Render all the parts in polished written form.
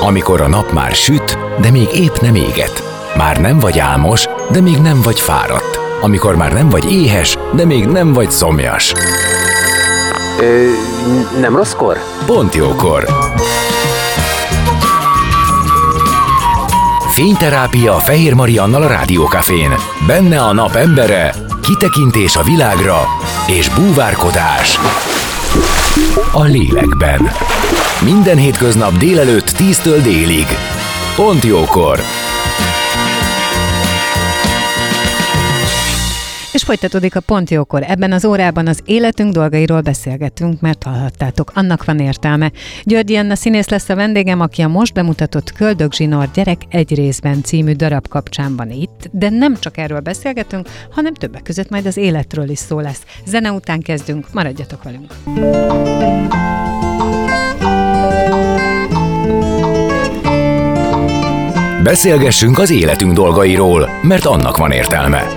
Amikor a nap már süt, de még épp nem éget. Már nem vagy álmos, de még nem vagy fáradt. Amikor már nem vagy éhes, de még nem vagy szomjas. Nem rosszkor? Pont jókor. Fényterápia Fehér Mariannal a Rádiókafén. Benne a nap embere, kitekintés a világra és búvárkodás a lélekben. Minden hétköznap délelőtt 10-től délig. Pont jókor. És folytatódik a Pont jókor. Ebben az órában az életünk dolgairól beszélgetünk, mert hallhattátok, annak van értelme. Györgyi Anna színész lesz a vendégem, aki a most bemutatott Köldögzsinór Gyerek egy részben című darab kapcsán van itt, de nem csak erről beszélgetünk, hanem többek között majd az életről is szó lesz. Zene után kezdünk, maradjatok velünk! Beszélgessünk az életünk dolgairól, mert annak van értelme.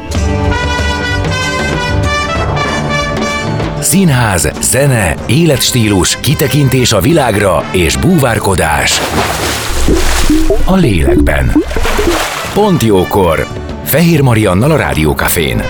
Színház, zene, életstílus, kitekintés a világra és búvárkodás a lélekben. Pont jókor. Fehér Mariannal a Rádiókafén.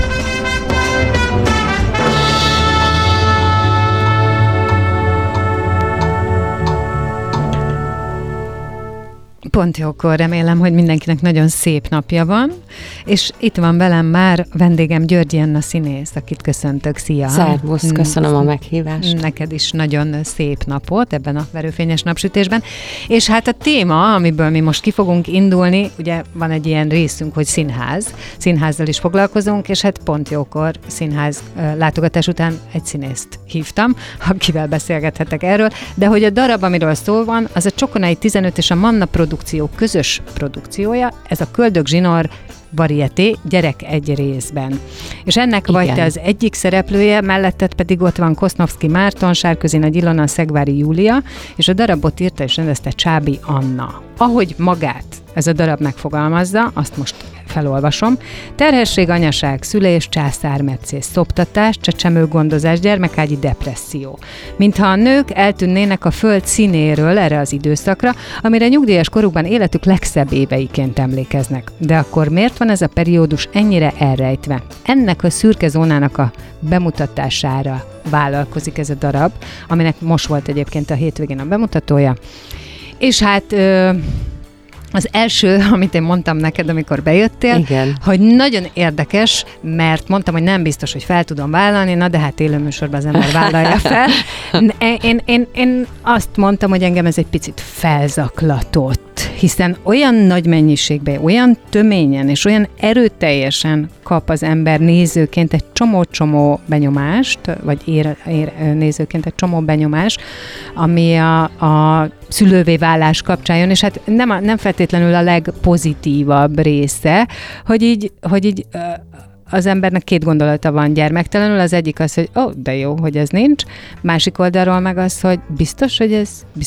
Pont jókor, remélem, hogy mindenkinek nagyon szép napja van, és itt van velem már vendégem Györgyi Anna színész, akit köszöntök. Szia! Szervusz, köszönöm a meghívást. Neked is nagyon szép napot ebben a verőfényes napsütésben. És hát a téma, amiből mi most ki fogunk indulni, ugye van egy ilyen részünk, hogy színház. Színházzal is foglalkozunk, és hát pont jókor színház látogatás után egy színészt hívtam, akivel beszélgethetek erről, de hogy a darab, amiről szó van, az a Csokonai 15 és a Manna produkció közös produkciója, ez a Köldögzsinór Varieté, Gyerek egy részben. És ennek igen, vagy te az egyik szereplője, melletted pedig ott van Kosznovszky Márton, Sárközi Nagy Ilona, Szegvári Júlia, és a darabot írta és rendezte Csábi Anna. Ahogy magát ez a darab megfogalmazza, azt most felolvasom. Terhesség, anyaság, szülés, császármetszés, szoptatás, csecsemőgondozás, gyermekágyi depresszió. Mintha a nők eltűnnének a föld színéről erre az időszakra, amire nyugdíjas korukban életük legszebb éveiként emlékeznek. De akkor miért van ez a periódus ennyire elrejtve? Ennek a szürke zónának a bemutatására vállalkozik ez a darab, aminek most volt egyébként a hétvégén a bemutatója. És hát az első, amit én mondtam neked, amikor bejöttél, igen, hogy nagyon érdekes, mert mondtam, hogy nem biztos, hogy fel tudom vállalni, na de hát élőműsorban az ember vállalja fel. Én azt mondtam, hogy engem ez egy picit felzaklatott, hiszen olyan nagy mennyiségben, olyan töményen és olyan erőteljesen kap az ember nézőként egy csomó benyomást, vagy ér nézőként egy csomó benyomás, ami a szülővé válás kapcsán jön, és hát nem feltétlenül a legpozitívabb része, hogy így az embernek két gondolata van gyermektelenül, az egyik az, hogy de jó, hogy ez nincs, másik oldalról meg az, hogy biztos, hogy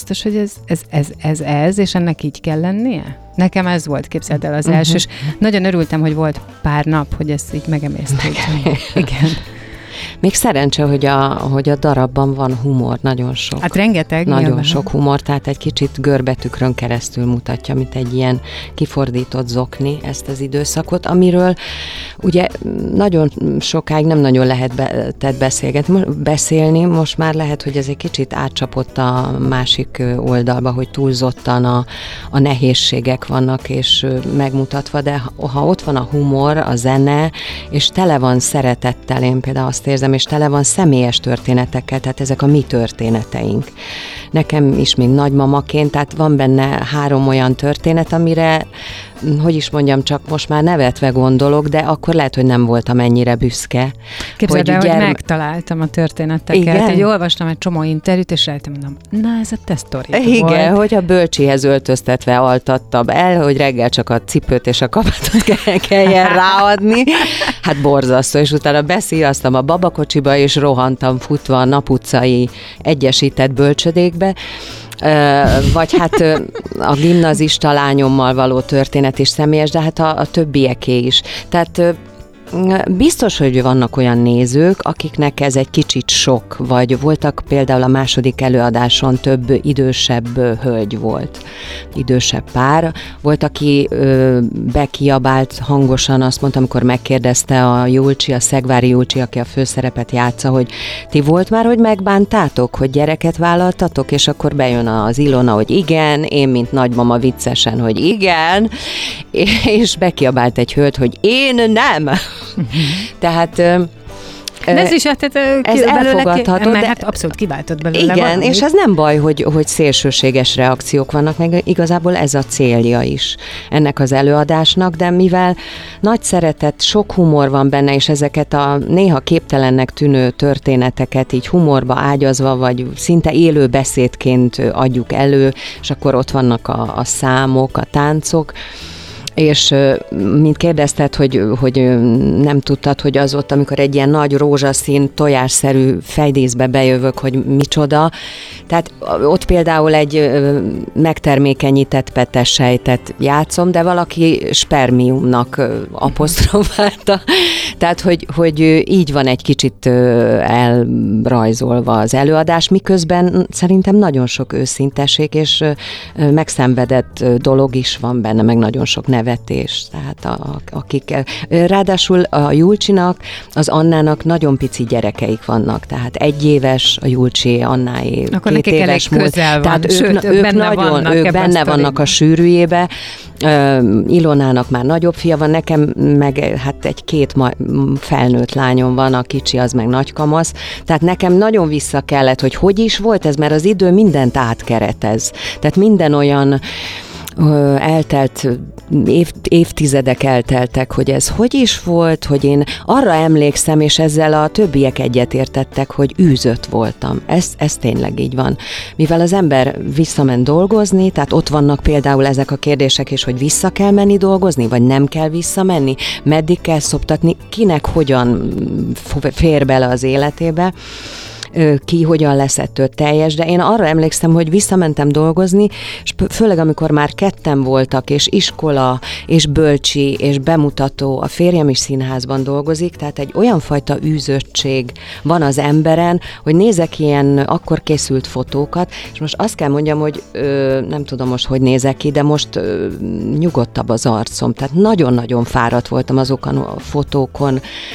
ez, és ennek így kell lennie? Nekem ez volt, képzeld el, az első, és nagyon örültem, hogy volt pár nap, hogy ezt így megemésztük. Igen. Még szerencse, hogy a darabban van humor, nagyon sok. Hát rengeteg. Nagyon nyilván. Sok humor, tehát egy kicsit görbetükrön keresztül mutatja, mint egy ilyen kifordított zokni ezt az időszakot, amiről ugye nagyon sokáig nem nagyon lehet beszélni, most már lehet, hogy ez egy kicsit átcsapott a másik oldalba, hogy túlzottan a nehézségek vannak és megmutatva, de ha ott van a humor, a zene, és tele van szeretettel, én például azt érzem, és tele van személyes történetekkel, tehát ezek a mi történeteink. Nekem is, mint nagymamaként, tehát van benne 3 olyan történet, amire, hogy is mondjam, csak most már nevetve gondolok, de akkor lehet, hogy nem voltam ennyire büszke. Képzeld el, hogy megtaláltam a történeteket. Igen? Így olvastam egy csomó interjút, és rájöttem, mondom, na ez a te sztorid volt. Igen, hogy a bölcsihez öltöztetve altattam el, hogy reggel csak a cipőt és a kabátot kelljen ráadni. Hát borzasztó, és utána beszíjaztam a babakocsiba, és rohantam futva a Nap utcai egyesített bölcsödékbe. Vagy hát a gimnazista lányommal való történet is személyes, de hát a többieké is. Tehát Biztos, hogy vannak olyan nézők, akiknek ez egy kicsit sok, vagy voltak például a második előadáson több idősebb hölgy volt, idősebb pár. Volt, aki bekiabált hangosan, azt mondta, amikor megkérdezte a Julcsi, a Szegvári Julcsi, aki a főszerepet játsza, hogy ti volt már, hogy megbántátok, hogy gyereket vállaltatok, és akkor bejön az Ilona, hogy igen, én, mint nagymama viccesen, hogy igen, és bekiabált egy hölgy, hogy én nem. Tehát ez is ez elfogadható, mert hát abszolút kiváltott belőle. Igen, valamit. és ez nem baj, hogy szélsőséges reakciók vannak, meg igazából ez a célja is ennek az előadásnak, de mivel nagy szeretet, sok humor van benne, és ezeket a néha képtelennek tűnő történeteket így humorba ágyazva, vagy szinte élő beszédként adjuk elő, és akkor ott vannak a számok, a táncok, és mint kérdezted, hogy nem tudtad, hogy az ott, amikor egy ilyen nagy rózsaszín, tojásszerű fejdíszbe bejövök, hogy micsoda. Tehát ott például egy megtermékenyített petessejtet játszom, de valaki spermiumnak apostrofálta. Tehát, hogy így van egy kicsit elrajzolva az előadás, miközben szerintem nagyon sok őszintesség és megszenvedett dolog is van benne, meg nagyon sok nevetés. Tehát akik, ráadásul a Julcsinak, az Annának nagyon pici gyerekeik vannak, tehát 1 éves a Julcsi, Annáé 2 éves múlt. Tehát ők benne vannak a sűrűjébe. Ilonának már nagyobb fia van, nekem meg hát 2 felnőtt lányom van, a kicsi az meg nagykamasz, tehát nekem nagyon vissza kellett, hogy is volt ez, mert az idő mindent átkeretez. Tehát minden olyan eltelt, évtizedek elteltek, hogy ez hogy is volt, hogy én arra emlékszem, és ezzel a többiek egyetértettek, hogy űzött voltam. Ez tényleg így van. Mivel az ember visszament dolgozni, tehát ott vannak például ezek a kérdések is, hogy vissza kell menni dolgozni, vagy nem kell visszamenni, meddig kell szoptatni, kinek hogyan fér bele az életébe, ki hogyan lesz ettől teljes, de én arra emlékszem, hogy visszamentem dolgozni, és főleg amikor már 2 voltak, és iskola, és bölcsi, és bemutató, a férjem is színházban dolgozik, tehát egy olyan fajta űzöttség van az emberen, hogy nézek ilyen akkor készült fotókat, és most azt kell mondjam, hogy nem tudom most, hogy nézek ki, de most nyugodtabb az arcom, tehát nagyon-nagyon fáradt voltam azokon a fotókon,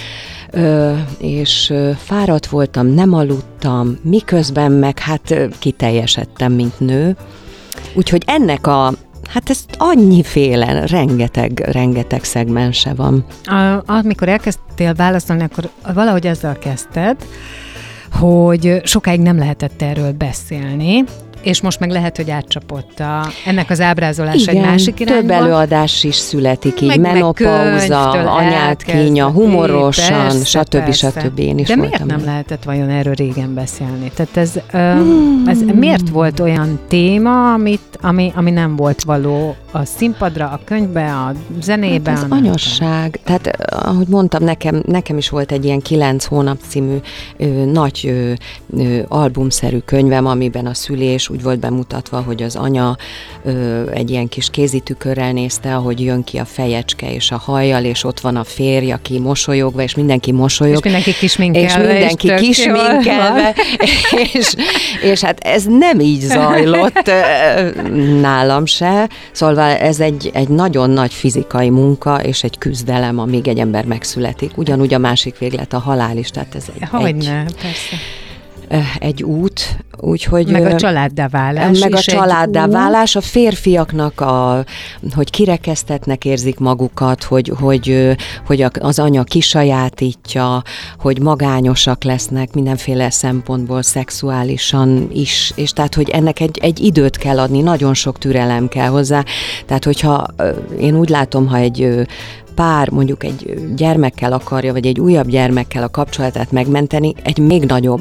és fáradt voltam, nem aludtam, miközben meg kiteljesedtem, mint nő. Úgyhogy ennek ez annyiféle, rengeteg szegmense van. Amikor elkezdtél válaszolni, akkor valahogy ezzel kezdted, hogy sokáig nem lehetett erről beszélni, és most meg lehet, hogy átcsapott ennek az ábrázolása egy másik irányba. Több előadás is születik, így menopauza, anyát kínja, humorosan, stb. Én is de voltam. miért nem lehetett vajon erről régen beszélni? Tehát ez miért volt olyan téma, ami nem volt való a színpadra, a könyvbe, a zenébe? Az anyasság. Tehát, ahogy mondtam, nekem is volt egy ilyen 9 hónap című nagy albumszerű könyvem, amiben a szülés úgy volt bemutatva, hogy az anya egy ilyen kis kézitükörrel nézte, ahogy jön ki a fejecske és a hajjal, és ott van a férj, aki mosolyogva, és mindenki mosolyog. És mindenki kisminkelve. És hát ez nem így zajlott nálam se. Szóval ez egy nagyon nagy fizikai munka, és egy küzdelem, amíg egy ember megszületik. Ugyanúgy a másik véglet a halál is, tehát ez persze. Egy út, úgyhogy... Meg a családdá válás. Meg a családdá válás, a férfiaknak, hogy kirekesztetnek érzik magukat, hogy az anya kisajátítja, hogy magányosak lesznek mindenféle szempontból, szexuálisan is, és tehát, hogy ennek egy időt kell adni, nagyon sok türelem kell hozzá. Tehát, hogyha én úgy látom, ha egy pár mondjuk egy gyermekkel akarja, vagy egy újabb gyermekkel a kapcsolatát megmenteni, egy még nagyobb,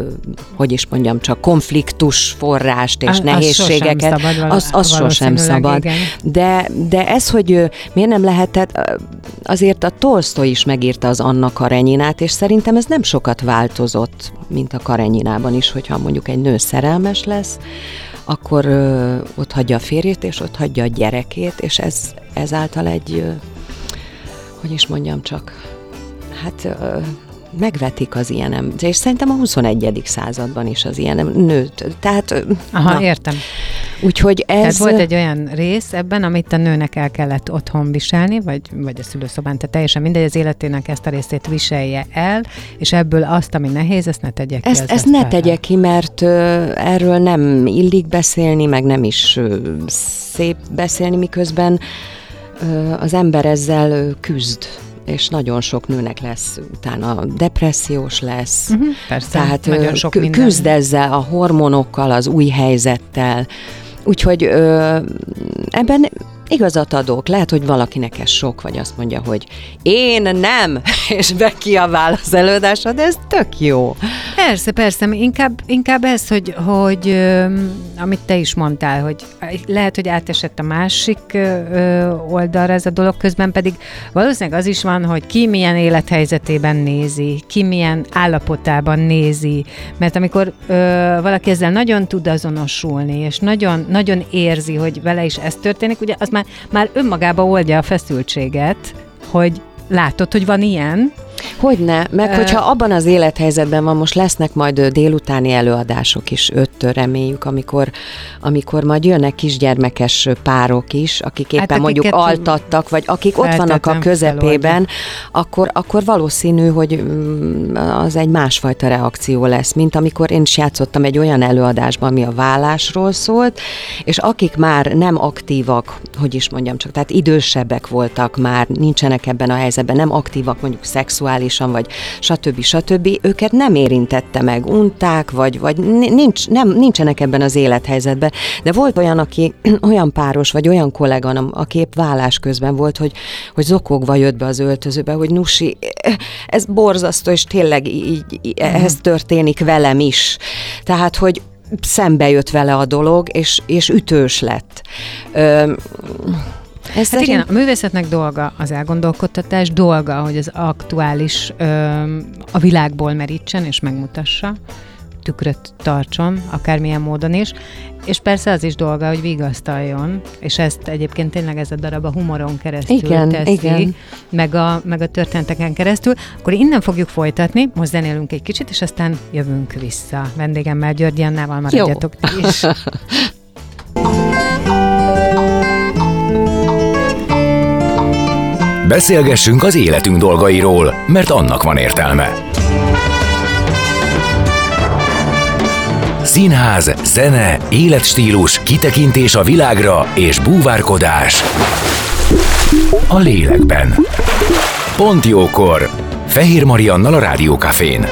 csak konfliktus forrást és nehézségeket, az sosem szabad. De ez, hogy miért nem lehetett, azért a Tolsztoj is megírta az Anna Karenyinát, és szerintem ez nem sokat változott, mint a Karenyinában is, hogyha mondjuk egy nő szerelmes lesz, akkor ott hagyja a férjét, és ott hagyja a gyerekét, és ez ezáltal egy hát megvetik az ilyen ember, és szerintem a 21. században is az ilyen nőt. Tehát, értem. Úgyhogy ez... Tehát volt egy olyan rész ebben, amit a nőnek el kellett otthon viselni, vagy a szülőszobán, tehát teljesen mindegy, az életének ezt a részét viselje el, és ebből azt, ami nehéz, ezt ne tegye ki. Ezt ne tegye ki, mert erről nem illik beszélni, meg nem is szép beszélni, miközben az ember ezzel küzd, és nagyon sok nőnek lesz, utána depressziós lesz. Persze, tehát nagyon sok küzd ezzel a hormonokkal, az új helyzettel. Úgyhogy ebben igazat adok. Lehet, hogy valakinek ez sok, vagy azt mondja, hogy én nem, és bekiabál az előadásra, de ez tök jó. Persze, inkább ez, hogy amit te is mondtál, hogy lehet, hogy átesett a másik oldalra ez a dolog, közben pedig valószínűleg az is van, hogy ki milyen élethelyzetében nézi, ki milyen állapotában nézi, mert amikor valaki ezzel nagyon tud azonosulni, és nagyon, nagyon érzi, hogy vele is ez történik, ugye az már önmagába oldja a feszültséget, hogy látod, hogy van ilyen. Hogyne, meg hogyha abban az élethelyzetben van, most lesznek majd délutáni előadások is, 5-től reméljük, amikor majd jönnek kisgyermekes párok is, akik éppen mondjuk altattak, vagy akik ott vannak a közepében, akkor valószínű, hogy az egy másfajta reakció lesz, mint amikor én is játszottam egy olyan előadásban, ami a vállásról szólt, és akik már nem aktívak, hogy is mondjam csak, tehát idősebbek voltak már, nincsenek ebben a helyzetben, nem aktívak mondjuk szexuálisan, vagy stb. Őket nem érintette meg, unták, vagy nincsenek ebben az élethelyzetben. De volt olyan páros, vagy olyan kollega, aki épp vállás közben volt, hogy zokogva jött be az öltözőbe, hogy Nusi, ez borzasztó, és tényleg ez történik velem is. Tehát, hogy szembe jött vele a dolog, és ütős lett. Igen, a művészetnek dolga az elgondolkodtatás, dolga, hogy az aktuális a világból merítsen és megmutassa, tükröt tartson, akármilyen módon is, és persze az is dolga, hogy vigasztaljon, és ezt egyébként tényleg ez a darab a humoron keresztül teszi, meg a történeteken keresztül. Akkor innen fogjuk folytatni, most zenélünk egy kicsit, és aztán jövünk vissza. Vendégemmel, Györgyi Annával maradjatok ti is. Beszélgessünk az életünk dolgairól, mert annak van értelme. Színház, zene, életstílus, kitekintés a világra és búvárkodás a lélekben. Pont jókor! Fehér Mariannal a Rádió Cafén.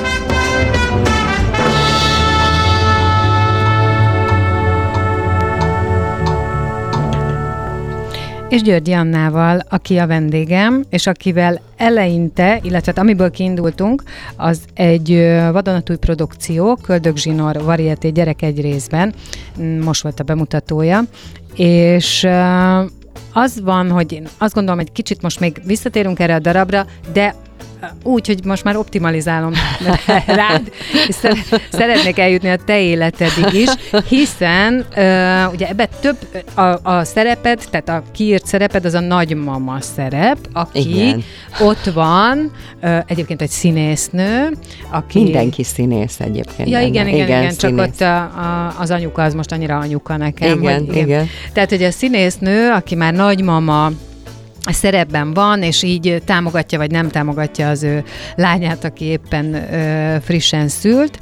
És Györgyi Annával, aki a vendégem, és akivel eleinte, illetve amiből kiindultunk, az egy vadonatúj produkció, Köldögzsinór Varieté gyerek egy részben, most volt a bemutatója, és az van, hogy én azt gondolom, hogy kicsit most még visszatérünk erre a darabra, de úgy, hogy most már optimalizálom rád, és szeretnék eljutni a te életedig is, hiszen ugye ebben több a szereped, tehát a kiírt szereped az a nagymama szerep, aki igen. Ott van, egyébként egy színésznő, aki... Mindenki színész egyébként. Ja, igen, csak ott az anyuka az most annyira anyuka nekem. Igen. Tehát, hogy a színésznő, aki már nagymama szerepben van, és így támogatja, vagy nem támogatja az ő lányát, aki éppen frissen szült,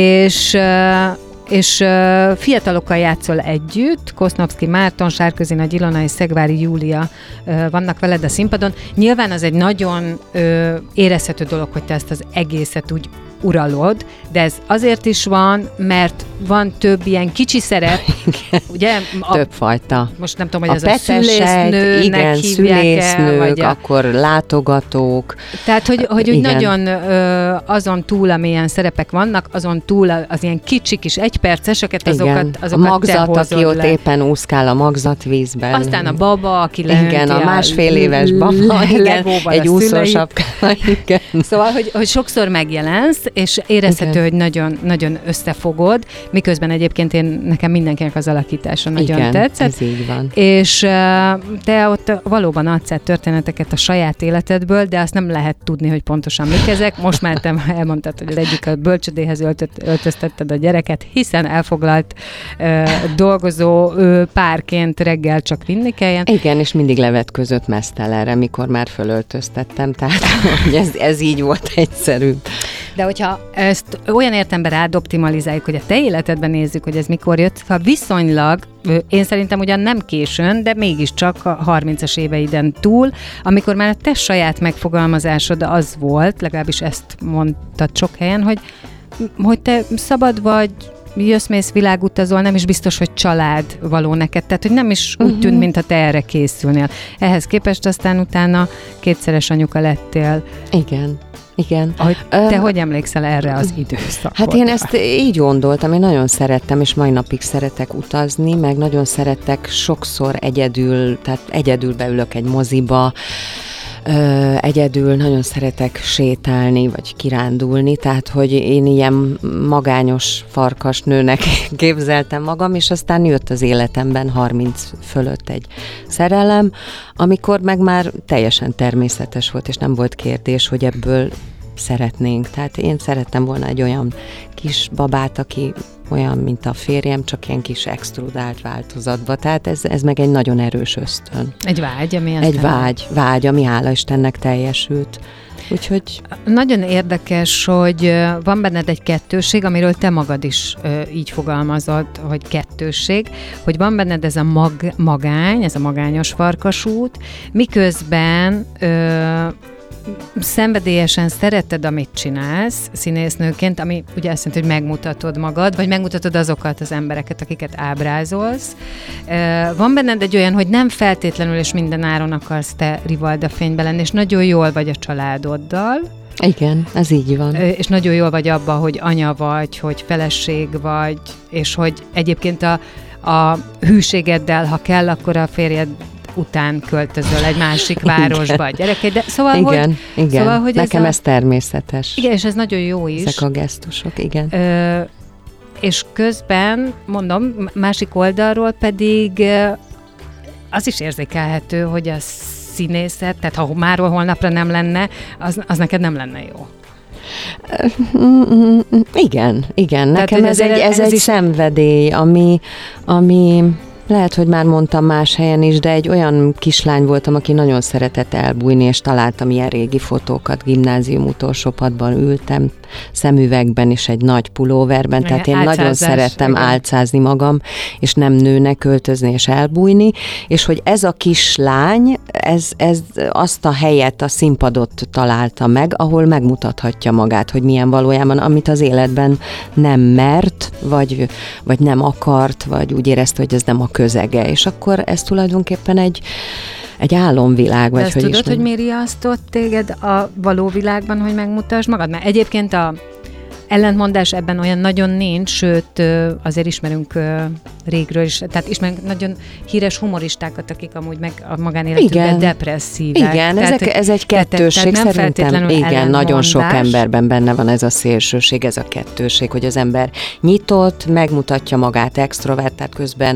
és fiatalokkal játszol együtt, Kosznovszky Márton, Sárközi Nagy Ilona és Szegvári Júlia vannak veled a színpadon. Nyilván az egy nagyon érezhető dolog, hogy te ezt az egészet úgy uralod, de ez azért is van, mert van több ilyen kicsi szerep, ugye? Többfajta. Most nem tudom, hogy az a szülésznőnek igen, szülésznők, vagy akkor látogatók. Tehát, hogy úgy nagyon azon túl, amilyen szerepek vannak, azon túl az ilyen kicsi kis egyperceseket, azokat a magzat, aki ott éppen úszkál a magzatvízben. Aztán a baba, aki leönti igen, a másfél éves baba, igen, egy úszósapka. Szóval, hogy sokszor megjelensz, és érezhető, hogy nagyon, nagyon összefogod, miközben egyébként nekem mindenkinek az alakítása nagyon tetszett. Ez így van. És te ott valóban adsz át történeteket a saját életedből, de azt nem lehet tudni, hogy pontosan mik ezek. Most már te elmondtad, hogy egyik a bölcsödéhez öltöztetted a gyereket, hiszen elfoglalt dolgozó párként reggel csak vinni kelljen. Igen, és mindig levetközött mesztelenre, mikor már fölöltöztettem, tehát hogy ez így volt egyszerű. De hogyha ezt olyan értelemben rád optimalizáljuk, hogy a te életedben nézzük, hogy ez mikor jött, ha viszonylag, én szerintem ugyan nem későn, de mégiscsak a 30-as éveiden túl, amikor már a te saját megfogalmazásod az volt, legalábbis ezt mondtad sok helyen, hogy te szabad vagy, jössz-mész, világutazol, nem is biztos, hogy család való neked, tehát hogy nem is úgy tűnt, mintha te erre készülnél. Ehhez képest aztán utána 2-szeres anyuka lettél. Igen. Te hogy emlékszel erre az időszakra? Hát én ezt így gondoltam, én nagyon szerettem, és mai napig szeretek utazni, meg nagyon szeretek sokszor egyedül beülök egy moziba, egyedül nagyon szeretek sétálni, vagy kirándulni, tehát, hogy én ilyen magányos farkasnőnek képzeltem magam, és aztán jött az életemben 30 fölött egy szerelem, amikor meg már teljesen természetes volt, és nem volt kérdés, hogy ebből szeretnénk. Tehát én szerettem volna egy olyan kis babát, aki olyan, mint a férjem, csak ilyen kis extrudált változatba. Tehát ez meg egy nagyon erős ösztön. Egy vágy, ami aztán... Egy vágy, ami hála Istennek teljesült. Úgyhogy... Nagyon érdekes, hogy van benned egy kettőség, amiről te magad is így fogalmazod, hogy kettőség, hogy van benned ez a magány, ez a magányos farkasút, miközben szenvedélyesen szereted, amit csinálsz színésznőként, ami ugye azt jelenti, hogy megmutatod magad, vagy megmutatod azokat az embereket, akiket ábrázolsz. Van benned egy olyan, hogy nem feltétlenül és minden áron akarsz te Rivalda fénybe lenni, és nagyon jól vagy a családoddal. Igen, ez így van. És nagyon jól vagy abban, hogy anya vagy, hogy feleség vagy, és hogy egyébként a hűségeddel, ha kell, akkor a férjed után költözöl egy másik városba a gyereked. De szóval, igen. Szóval, hogy nekem ez természetes. Igen, és ez nagyon jó is. Ezek a gesztusok, igen. És közben, mondom, másik oldalról pedig az is érzékelhető, hogy a színészet, tehát ha máról holnapra nem lenne, az neked nem lenne jó. Igen. Nekem ez egy szenvedély, ami lehet, hogy már mondtam más helyen is, de egy olyan kislány voltam, aki nagyon szeretett elbújni, és találtam ilyen régi fotókat, gimnázium utolsó padban ültem, szemüvegben és egy nagy pulóverben, tehát én nagyon szerettem álcázni magam, és nem nőnek öltözni és elbújni, és hogy ez a kislány, ez azt a helyet, a színpadot találta meg, ahol megmutathatja magát, hogy milyen valójában, amit az életben nem mert, vagy nem akart, vagy úgy érezte, hogy ez nem a közege, és akkor ez tulajdonképpen egy álomvilág. De azt tudod, hogy mi riasztott téged a való világban, hogy megmutasd magad? Mert egyébként a ellentmondás ebben olyan nagyon nincs, sőt, azért ismerünk régről is, tehát ismerünk nagyon híres humoristákat, akik amúgy meg a magánéletükben depresszívek. Igen, ez egy kettősség szerintem. Igen, nagyon sok emberben benne van ez a szélsőség, ez a kettősség, hogy az ember nyitott, megmutatja magát extrovert, tehát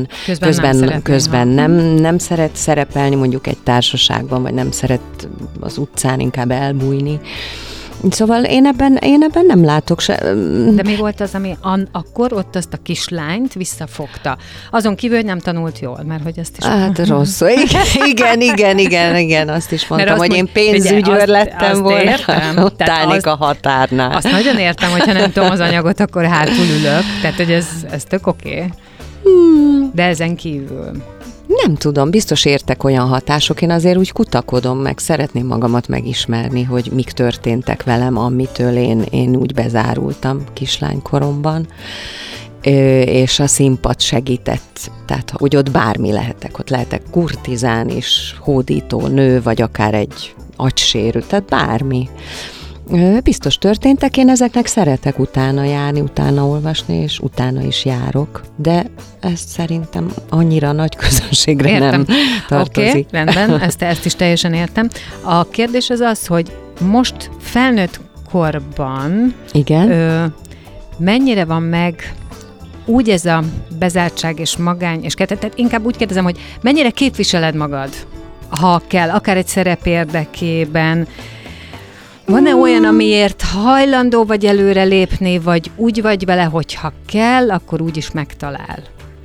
közben nem szeret szerepelni mondjuk egy társaságban, vagy nem szeret az utcán inkább elbújni. Szóval én ebben nem látok se. De mi volt az, ami akkor ott azt a kislányt visszafogta? Azon kívül, hogy nem tanult jól, mert hogy ezt is... Hát rosszul. Igen, azt is mondtam, hogy én pénzügyőr lettem volna, ott állnék a határnál. Azt nagyon értem, hogyha nem tudom az anyagot, akkor hátul ülök. Tehát, hogy ez tök oké. De ezen kívül... Nem tudom, biztos értek olyan hatások, én azért úgy kutakodom meg, szeretném magamat megismerni, hogy mik történtek velem, amitől én úgy bezárultam kislánykoromban, és a színpad segített, tehát hogy ott bármi lehetek, ott lehetek kurtizán is, hódító nő, vagy akár egy agysérült, tehát bármi. Biztos történtek, én ezeknek szeretek utána járni, utána olvasni, és utána is járok, de ez szerintem annyira nagy közönségre nem tartozik. Oké, rendben, ezt is teljesen értem. A kérdés az, hogy most felnőtt korban Igen. Mennyire van meg úgy ez a bezártság és magány, és tehát inkább úgy kérdezem, hogy mennyire képviseled magad, ha kell, akár egy szerep érdekében. Van-e olyan, amiért hajlandó vagy előre lépni, vagy úgy vagy vele, hogy ha kell, akkor úgy is megtalál?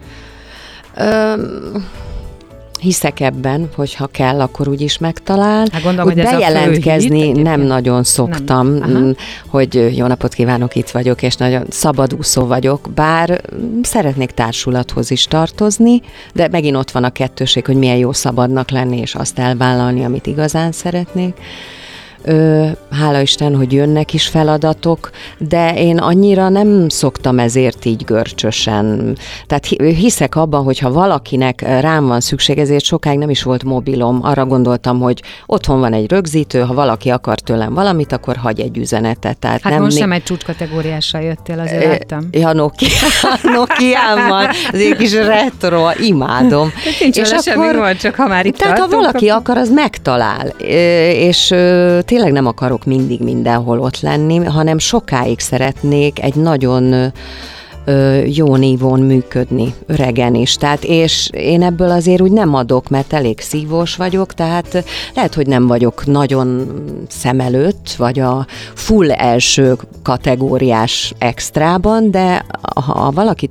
Hiszek ebben, hogy ha kell, akkor úgyis megtalál. Hát gondolom, hogy bejelentkezni nem nagyon szoktam, hogy jó napot kívánok, itt vagyok, és nagyon szabadúszó vagyok, bár szeretnék társulathoz is tartozni, de megint ott van a kettőség, hogy milyen jó szabadnak lenni, és azt elvállalni, amit igazán szeretnék. Hála Isten, hogy jönnek is feladatok, de én annyira nem szoktam ezért így görcsösen. Tehát hiszek abban, hogy ha valakinek rám van szükség, ezért sokáig nem is volt mobilom. Arra gondoltam, hogy otthon van egy rögzítő, ha valaki akar tőlem valamit, akkor hagy egy üzenetet. Tehát hát nem most sem egy csúcskategóriással jöttél, azért láttam. Ja, Nokiámmal, az egy kis retro, imádom. És semmi volt, csak ha már itt tehát ha valaki akar, az megtalál. És tényleg nem akarok mindig mindenhol ott lenni, hanem sokáig szeretnék egy nagyon jó nívón működni, öregen is. Tehát, és én ebből azért úgy nem adok, mert elég szívós vagyok, tehát lehet, hogy nem vagyok nagyon szem előtt, vagy a full első kategóriás extrában, de ha valaki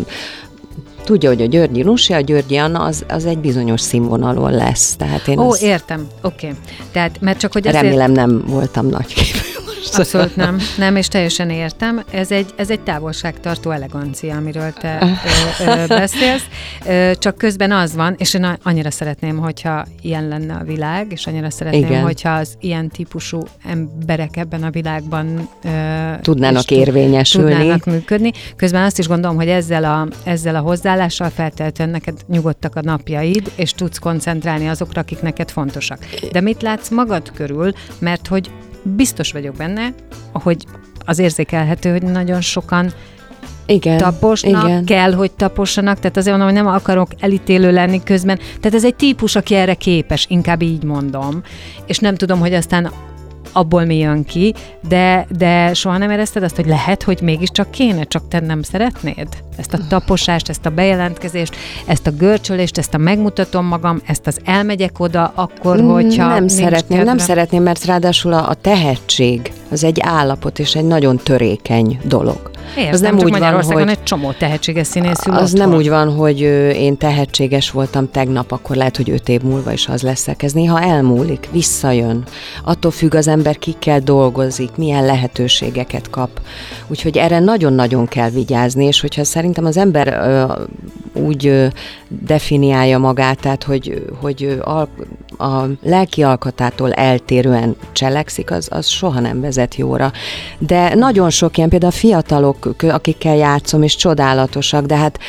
tudja, hogy a Györgyi Nusi, a Györgyi Anna, az egy bizonyos színvonalon lesz. Tehát én értem. Oké. Tehát, mert csak hogy remélem nem voltam nagyképű. Abszolút nem, és teljesen értem. Ez egy távolságtartó elegancia, amiről te beszélsz. Csak közben az van, és én annyira szeretném, hogyha ilyen lenne a világ, és annyira szeretném, hogyha az ilyen típusú emberek ebben a világban tudnának érvényesülni. Tudnának működni. Közben azt is gondolom, hogy ezzel a hozzáállással feltétlenül neked nyugodtak a napjaid, és tudsz koncentrálni azokra, akik neked fontosak. De mit látsz magad körül, mert hogy biztos vagyok benne, hogy az érzékelhető, hogy nagyon sokan taposnak, kell, hogy tapossanak, tehát azért mondom, hogy nem akarok elítélő lenni közben, tehát ez egy típus, aki erre képes, inkább így mondom, és nem tudom, hogy aztán abból mi jön ki, de soha nem érezted azt, hogy lehet, hogy mégiscsak kéne, csak te nem szeretnéd? Ezt a taposást, ezt a bejelentkezést, ezt a görcsölést, ezt a megmutatom magam, ezt az elmegyek oda, akkor, hogyha nem szeretném, mert ráadásul a tehetség az egy állapot, és egy nagyon törékeny dolog. Értem, az nem úgy Magyarországon van, hogy egy csomó tehetséges színész ül az nem úgy van, hogy én tehetséges voltam tegnap, akkor lehet, hogy 5 év múlva is az leszek. Ez néha elmúlik, visszajön. Attól függ az ember, kikkel dolgozik, milyen lehetőségeket kap. Úgyhogy erre nagyon-nagyon kell vigyázni, és hogyha szerintem az ember úgy definiálja magát, tehát hogy a lelki alkatától eltérően cselekszik, az soha nem vezet jóra. De nagyon sok ilyen, például a fiatalok, akikkel játszom, és csodálatosak, de hát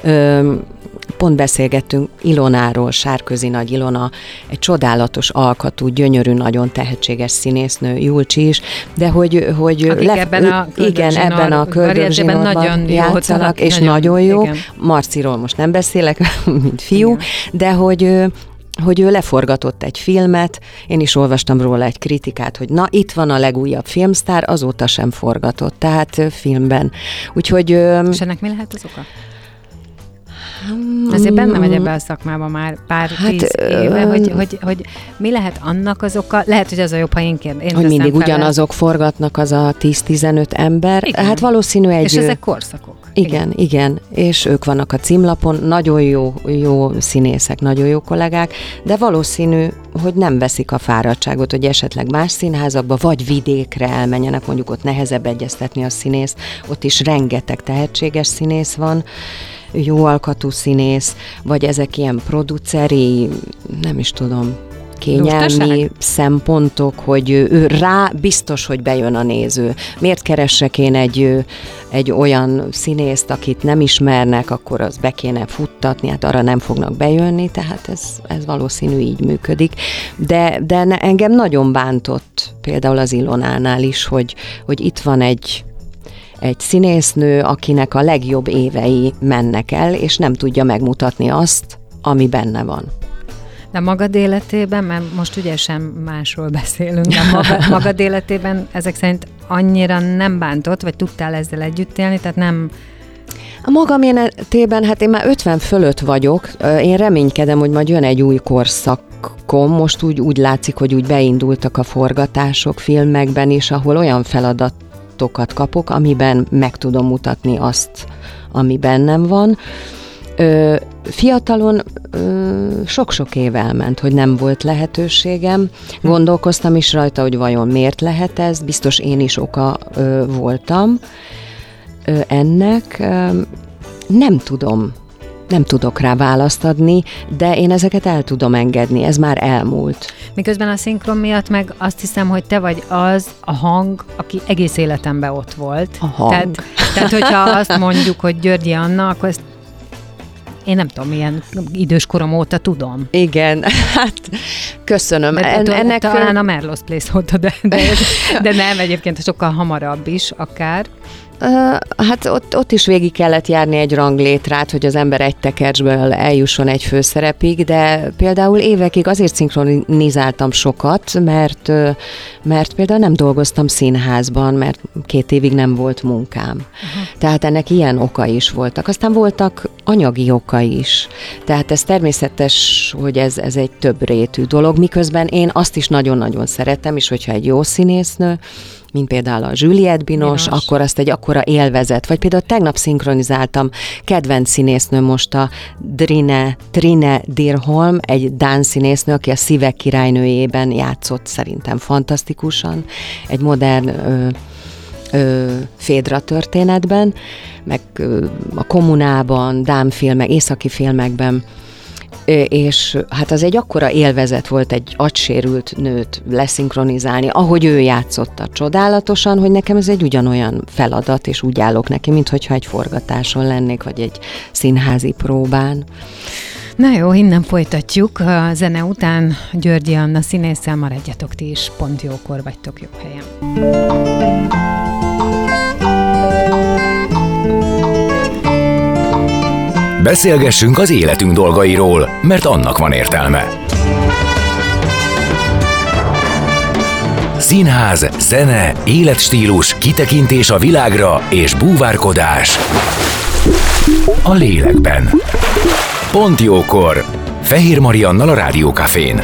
pont beszélgettünk Ilonáról, Sárközi Nagy Ilona, egy csodálatos alkatú, gyönyörű, nagyon tehetséges színésznő, Julcsi is, de hogy ebben a Köldögzsinórban játszanak, és nagyon jó. Igen. Marciról most nem beszélek, mint fiú, igen. De hogy ő leforgatott egy filmet, én is olvastam róla egy kritikát, hogy na, itt van a legújabb filmsztár, azóta sem forgatott, tehát filmben. Úgyhogy... És ennek mi lehet az oka? Azért benne vagy ebbe a szakmában már pár 10 éve, hogy mi lehet annak az oka? Lehet, hogy az a jobb, ha én hogy mindig ugyanazok forgatnak, az a 10-15 ember. Igen. Hát valószínű egy... És ezek korszakok. Igen, és ők vannak a címlapon, nagyon jó színészek, nagyon jó kollégák, de valószínű, hogy nem veszik a fáradtságot, hogy esetleg más színházakba, vagy vidékre elmenjenek, mondjuk ott nehezebb egyeztetni a színész, ott is rengeteg tehetséges színész van, jó alkatú színész, vagy ezek ilyen produceri, nem is tudom, kényelmi szempontok, hogy ő rá biztos, hogy bejön a néző. Miért keressek én egy olyan színészt, akit nem ismernek, akkor az be kéne futtatni, hát arra nem fognak bejönni, tehát ez valószínű így működik. De engem nagyon bántott például az Ilonánál is, hogy itt van egy színésznő, akinek a legjobb évei mennek el, és nem tudja megmutatni azt, ami benne van. De magad életében, mert most ugye sem másról beszélünk, de magad életében ezek szerint annyira nem bántott, vagy tudtál ezzel együtt élni, tehát nem... A magam életében, hát én már 50 fölött vagyok, én reménykedem, hogy majd jön egy új korszakom, most úgy látszik, hogy úgy beindultak a forgatások filmekben is, ahol olyan feladatokat kapok, amiben meg tudom mutatni azt, ami bennem van. Fiatalon sok-sok év elment, hogy nem volt lehetőségem. Gondolkoztam is rajta, hogy vajon miért lehet ez. Biztos én is oka voltam ennek. Nem tudok rá választ adni, de én ezeket el tudom engedni, ez már elmúlt. Miközben a szinkron miatt meg azt hiszem, hogy te vagy az a hang, aki egész életemben ott volt. A hang. Tehát hogyha azt mondjuk, hogy Györgyi Anna, akkor ezt én nem tudom, milyen idős korom óta tudom. Igen, hát köszönöm. Ennek talán a Merlo's Place óta, de nem, egyébként sokkal hamarabb is akár. Hát ott is végig kellett járni egy ranglétrát, hogy az ember egy tekercsből eljusson egy főszerepig, de például évekig azért szinkronizáltam sokat, mert például nem dolgoztam színházban, mert 2 évig nem volt munkám. Tehát ennek ilyen oka is voltak. Aztán voltak anyagi oka is. Tehát ez természetes, hogy ez egy többrétű dolog, miközben én azt is nagyon-nagyon szeretem, és hogyha egy jó színésznő, mint például a Juliette Binoche, akkor azt egy akkora élvezet. Vagy például tegnap szinkronizáltam kedvenc színésznő most a Trine Dirholm, egy dán színésznő, aki a Szívek királynőjében játszott szerintem fantasztikusan, egy modern Fédra történetben, meg a Kommunában, dán filmek, északi filmekben, és hát az egy akkora élvezet volt egy agysérült nőt leszinkronizálni, ahogy ő játszotta csodálatosan, hogy nekem ez egy ugyanolyan feladat, és úgy állok neki, minthogyha egy forgatáson lennék, vagy egy színházi próbán. Na jó, innen folytatjuk. A zene után Györgyi Anna színésszel, maradjatok ti is, pont jókor vagytok, jó helyen. Beszélgessünk az életünk dolgairól, mert annak van értelme. Színház, zene, életstílus, kitekintés a világra és búvárkodás a lélekben. Pont jókor. Fehér Mariannal a Rádió Cafén.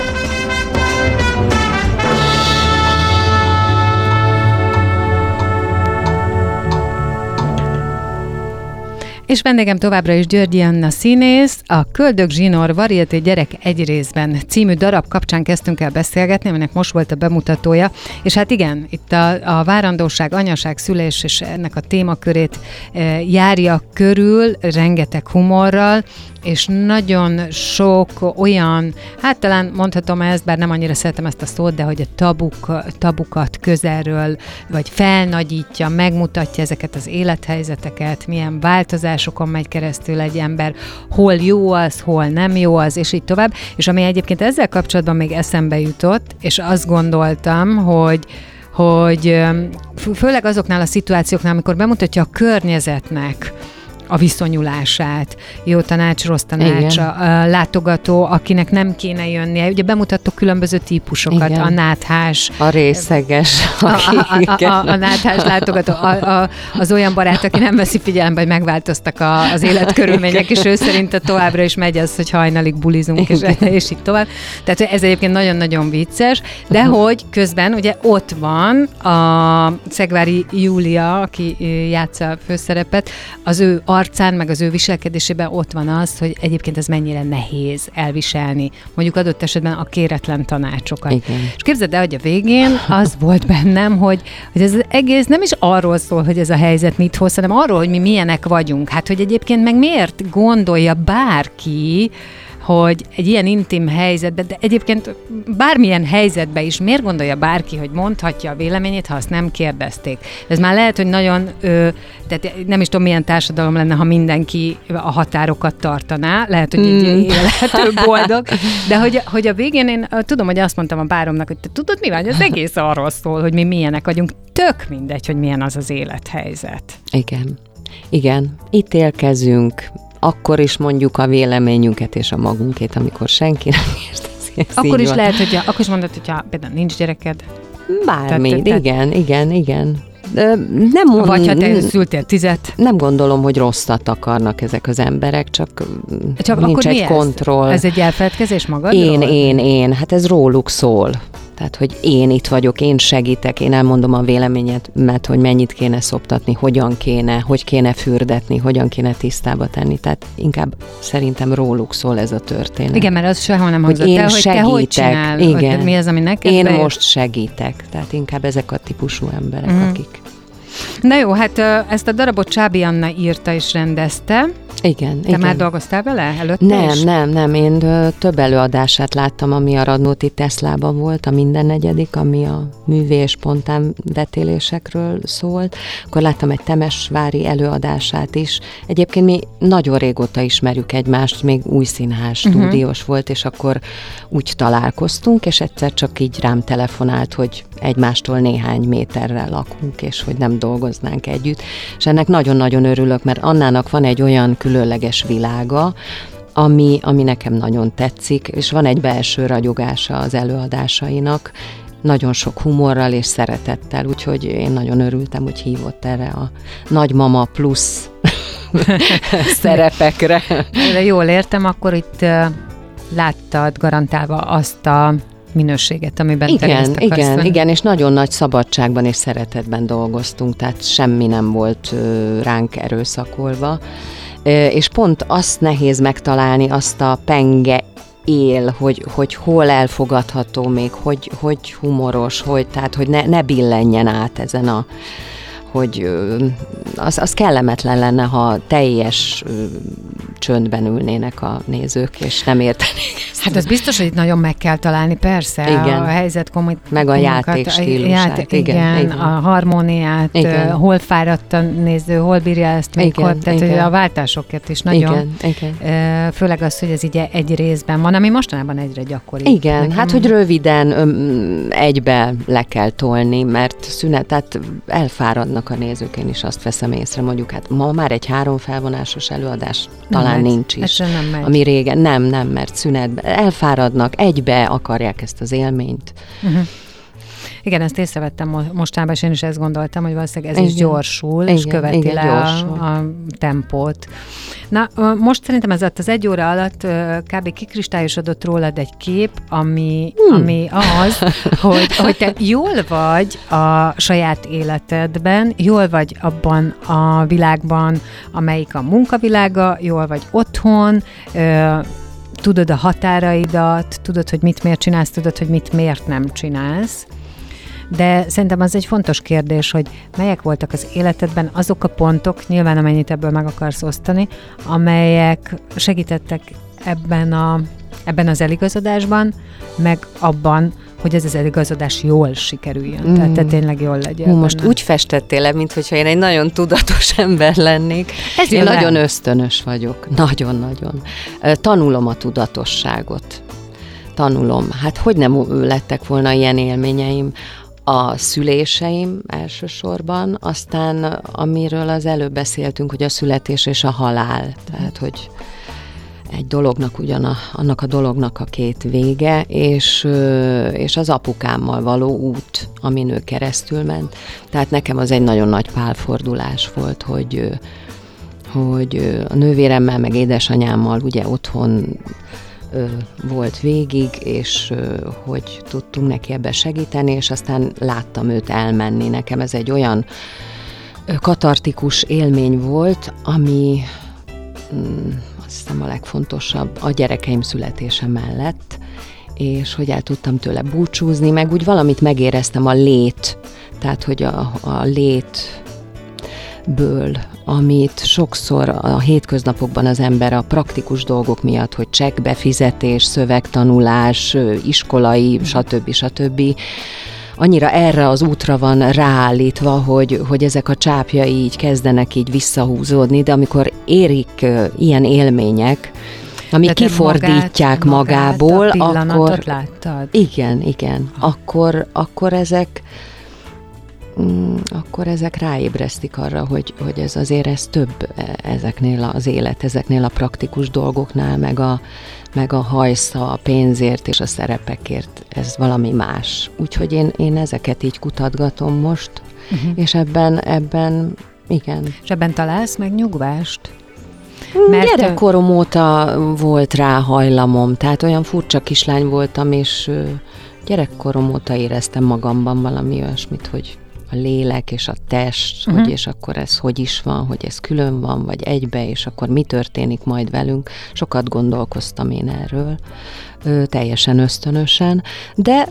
És vendégem továbbra is Györgyi Anna színész, a Köldök Zsinór Varieté Gyerek egy részben című darab kapcsán kezdtünk el beszélgetni, aminek most volt a bemutatója, és hát igen, itt a várandóság, anyaság, szülés és ennek a témakörét járja körül, rengeteg humorral, és nagyon sok olyan, hát talán mondhatom ezt, bár nem annyira szeretem ezt a szót, de hogy a tabukat közelről, vagy felnagyítja, megmutatja ezeket az élethelyzeteket, milyen változásokon megy keresztül egy ember, hol jó az, hol nem jó az, és így tovább. És ami egyébként ezzel kapcsolatban még eszembe jutott, és azt gondoltam, hogy főleg azoknál a szituációknál, amikor bemutatja a környezetnek a viszonyulását, jó tanács, rossz tanács, a látogató, akinek nem kéne jönnie. Ugye bemutattok különböző típusokat, igen. A náthás, a részeges, a náthás látogató, az olyan barát, aki nem veszi figyelembe, hogy megváltoztak az életkörülmények, és ő szerint továbbra is megy az, hogy hajnalig bulizunk, és így tovább. Tehát ez egyébként nagyon-nagyon vicces, de hogy közben ugye ott van a Szegvári Júlia, aki játsza a főszerepet, az ő arcán, meg az ő viselkedésében ott van az, hogy egyébként ez mennyire nehéz elviselni. Mondjuk adott esetben a kéretlen tanácsokat. Igen. És képzeld el, hogy a végén az volt bennem, hogy ez az egész nem is arról szól, hogy ez a helyzet mit hoz, hanem arról, hogy mi milyenek vagyunk. Hát, hogy egyébként meg miért gondolja bárki, hogy egy ilyen intim helyzetben, de egyébként bármilyen helyzetben is miért gondolja bárki, hogy mondhatja a véleményét, ha azt nem kérdezték. Ez már lehet, hogy nagyon, tehát nem is tudom, milyen társadalom lenne, ha mindenki a határokat tartaná, lehet, hogy így élhető boldog, de hogy a végén én tudom, hogy azt mondtam a páromnak, hogy te tudod mi van, az egész arról szól, hogy mi milyenek vagyunk, tök mindegy, hogy milyen az az élethelyzet. Igen, ítélkezünk, akkor is mondjuk a véleményünket és a magunkét, amikor senki nem értezi. Akkor is lehet, hogy akkor is mondod, hogyha például nincs gyereked. Bármi, igen. Vagy ha te szültél 10. Nem gondolom, hogy rosszat akarnak ezek az emberek, csak nincs egy kontroll. Ez egy elfeledkezés magadról? Én. Hát ez róluk szól. Tehát, hogy én itt vagyok, én segítek, én elmondom a véleményemet, hogy mennyit kéne szoptatni, hogyan kéne, hogy kéne fürdetni, hogyan kéne tisztába tenni. Tehát inkább szerintem róluk szól ez a történet. Igen, mert az sehol nem hangzott el, hogy te hogy csinál, igen. Mi az, ami neked Én most segítek. Tehát inkább ezek a típusú emberek, akik... Na jó, hát ezt a darabot Csábi Anna írta és rendezte. Igen. Te már dolgoztál vele előtte is? Nem. Én több előadását láttam, ami a Radnóti Teslában volt, a Minden negyedik, ami a művé és spontán vetélésekről szólt. Akkor láttam egy temesvári előadását is. Egyébként mi nagyon régóta ismerjük egymást, még új színház stúdiós volt, és akkor úgy találkoztunk, és egyszer csak így rám telefonált, hogy egymástól néhány méterrel lakunk, és hogy nem dolgoznánk együtt. És ennek nagyon-nagyon örülök, mert Annának van egy olyan különleges világa, ami nekem nagyon tetszik, és van egy belső ragyogása az előadásainak, nagyon sok humorral és szeretettel, úgyhogy én nagyon örültem, hogy hívott erre a nagymama plusz szerepekre. De jól értem, akkor itt láttad garantálva azt a minőséget, amiben te részt akarsz venni. Igen, és nagyon nagy szabadságban és szeretetben dolgoztunk, tehát semmi nem volt ránk erőszakolva, és pont azt nehéz megtalálni, azt a penge él, hogy hol elfogadható még, hogy humoros, tehát hogy ne billenjen át ezen a hogy az kellemetlen lenne, ha teljes csöndben ülnének a nézők, és nem értenék ezt. Hát az biztos, hogy itt nagyon meg kell találni, persze, igen. A helyzet meg a játék stílusát. Igen, a harmóniát, igen. Hol fáradt a néző, hol bírja ezt még, tehát a váltásokért is nagyon. Igen. Főleg az, hogy ez így egy részben van, ami mostanában egyre gyakori. Igen, nekem. Hát, hogy röviden egybe le kell tolni, mert tehát elfáradnak a nézők, én is azt veszem észre, mondjuk, hát ma már egy 3 felvonásos előadás talán nincs is. Nem megy. Ami régen, nem, mert szünetben elfáradnak, egybe akarják ezt az élményt. Igen, ezt észrevettem mostában, és én is ezt gondoltam, hogy valószínűleg ez is gyorsul, és követi le a tempót. Na, most szerintem ez az 1 óra alatt kb. Kikristályosodott rólad egy kép, ami az, hogy te jól vagy a saját életedben, jól vagy abban a világban, amelyik a munkavilága, jól vagy otthon, tudod a határaidat, tudod, hogy mit miért csinálsz, tudod, hogy mit miért nem csinálsz. De szerintem az egy fontos kérdés, hogy melyek voltak az életedben azok a pontok, nyilván amennyit ebből meg akarsz osztani, amelyek segítettek ebben az eligazodásban, meg abban, hogy ez az eligazodás jól sikerüljön. Tehát te tényleg jól legyél. Most úgy festettél le, mintha én egy nagyon tudatos ember lennék. Én nagyon ösztönös vagyok. Nagyon-nagyon. Tanulom a tudatosságot. Tanulom. Hát hogy nem lettek volna ilyen élményeim? A szüléseim elsősorban, aztán amiről az előbb beszéltünk, hogy a születés és a halál. Tehát, hogy egy dolognak annak a dolognak a 2 vége, és az apukámmal való út, amin ő keresztül ment. Tehát nekem az egy nagyon nagy pálfordulás volt, hogy a nővéremmel, meg édesanyámmal ugye otthon volt végig, és hogy tudtunk neki ebbe segíteni, és aztán láttam őt elmenni. Nekem ez egy olyan katartikus élmény volt, ami azt hiszem a legfontosabb a gyerekeim születése mellett, és hogy el tudtam tőle búcsúzni, meg úgy valamit megéreztem a lét, tehát hogy a létből, amit sokszor a hétköznapokban az ember a praktikus dolgok miatt, hogy csekkbefizetés, szövegtanulás, iskolai, stb. Annyira erre az útra van ráállítva, hogy ezek a csápjai így kezdenek így visszahúzódni, de amikor érik ilyen élmények, amik kifordítják magából, akkor... láttad? Igen. Akkor ezek ráébresztik arra, hogy ez azért ez több ezeknél az élet, ezeknél a praktikus dolgoknál, meg a hajsza a pénzért és a szerepekért, ez valami más. Úgyhogy én ezeket így kutatgatom most, és ebben igen. És ebben találsz meg nyugvást? Mert gyerekkorom óta volt rá hajlamom, tehát olyan furcsa kislány voltam, és gyerekkorom óta éreztem magamban valami olyasmit, hogy a lélek és a test, hogy és akkor ez hogy is van, hogy ez külön van, vagy egybe, és akkor mi történik majd velünk. Sokat gondolkoztam én erről, teljesen ösztönösen, de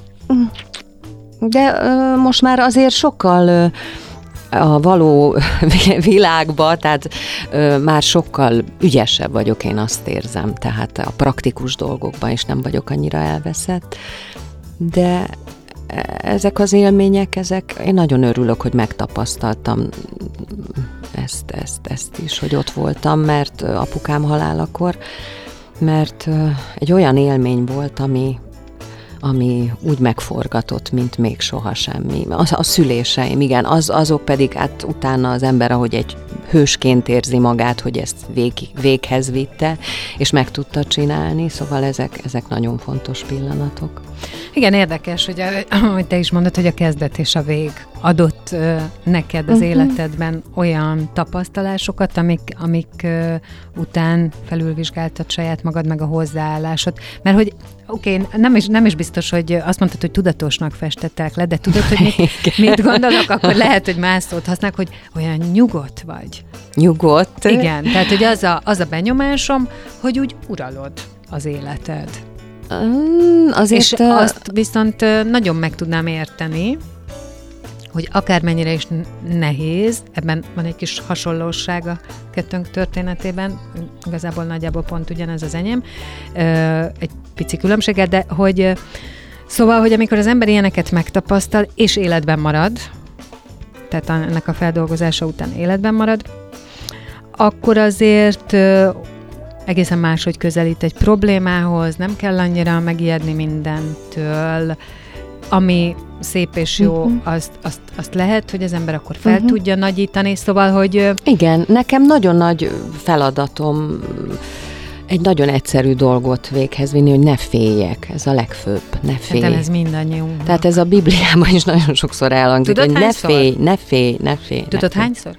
most már azért sokkal a való világba, tehát már sokkal ügyesebb vagyok, én azt érzem, tehát a praktikus dolgokban is nem vagyok annyira elveszett, de ezek az élmények, én nagyon örülök, hogy megtapasztaltam ezt is, hogy ott voltam, mert apukám halálakor, mert egy olyan élmény volt, ami úgy megforgatott, mint még soha semmi. A szüléseim, igen, azok pedig, hát utána az ember, ahogy egy hősként érzi magát, hogy ezt véghez vitte, és meg tudta csinálni, szóval ezek nagyon fontos pillanatok. Igen, érdekes, hogy te is mondod, hogy a kezdet és a vég adott neked az életedben olyan tapasztalásokat, amik után felülvizsgáltad saját magad, meg a hozzáállásod. Mert hogy nem is biztos, hogy azt mondtad, hogy tudatosnak festettek le, de tudod, hogy mit gondolok, akkor lehet, hogy más szót használok, hogy olyan nyugodt vagy. Nyugodt? Igen, tehát hogy az a benyomásom, hogy úgy uralod az életed. Azért és azt viszont nagyon meg tudnám érteni, hogy akármennyire is nehéz, ebben van egy kis hasonlóság a kettőnk történetében, igazából nagyjából pont ugyanez az enyém, egy pici különbséggel, de hogy szóval, hogy amikor az ember ilyeneket megtapasztal, és életben marad, tehát ennek a feldolgozása után életben marad, akkor azért egészen máshogy közelít egy problémához, nem kell annyira megijedni mindentől, ami szép és jó, azt lehet, hogy az ember akkor fel tudja nagyítani, szóval, hogy... Igen, nekem nagyon nagy feladatom egy nagyon egyszerű dolgot véghez vinni, hogy ne féljek, ez a legfőbb, ne félj. Hát ez mindannyiunknak. Tehát ez a Bibliában is nagyon sokszor elhangzik, hogy ne félj. Tudod hányszor?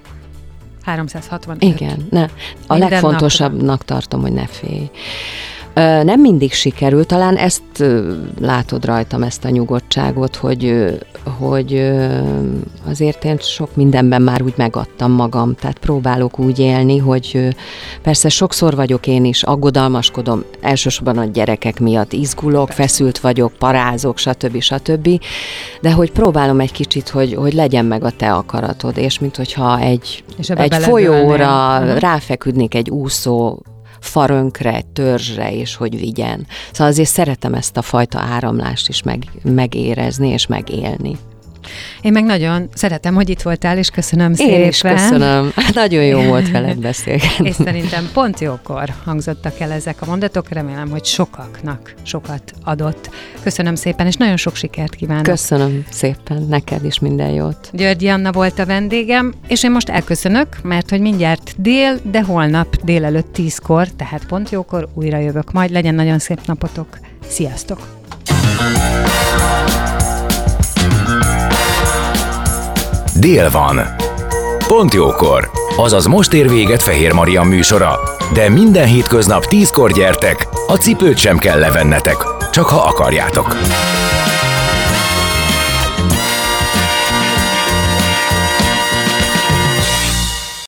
365. Igen, a legfontosabbnak tartom, hogy ne félj. Nem mindig sikerül, talán ezt látod rajtam, ezt a nyugodtságot, hogy azért én sok mindenben már úgy megadtam magam, tehát próbálok úgy élni, hogy persze sokszor vagyok én is, aggodalmaskodom, elsősorban a gyerekek miatt izgulok, feszült vagyok, parázok, stb. De hogy próbálom egy kicsit, hogy legyen meg a te akaratod, és mint hogyha egy folyóra ráfeküdnék egy úszó farönkre, törzsre, és hogy vigyen. Szóval azért szeretem ezt a fajta áramlást is megérezni és megélni. Én meg nagyon szeretem, hogy itt voltál, és köszönöm szépen. Én is köszönöm. Nagyon jó volt veled beszélgetni. És szerintem pont jókor hangzottak el ezek a mondatok, remélem, hogy sokaknak sokat adott. Köszönöm szépen, és nagyon sok sikert kívánok. Köszönöm szépen, neked is minden jót. Györgyi Anna volt a vendégem, és én most elköszönök, mert hogy mindjárt de holnap délelőtt 10-kor, tehát pont jókor újra jövök. Majd legyen nagyon szép napotok. Sziasztok! Dél van. Pont jókor. Azaz most ér véget Fehér Marian műsora. De minden hétköznap 10-kor gyertek, a cipőt sem kell levennetek, csak ha akarjátok.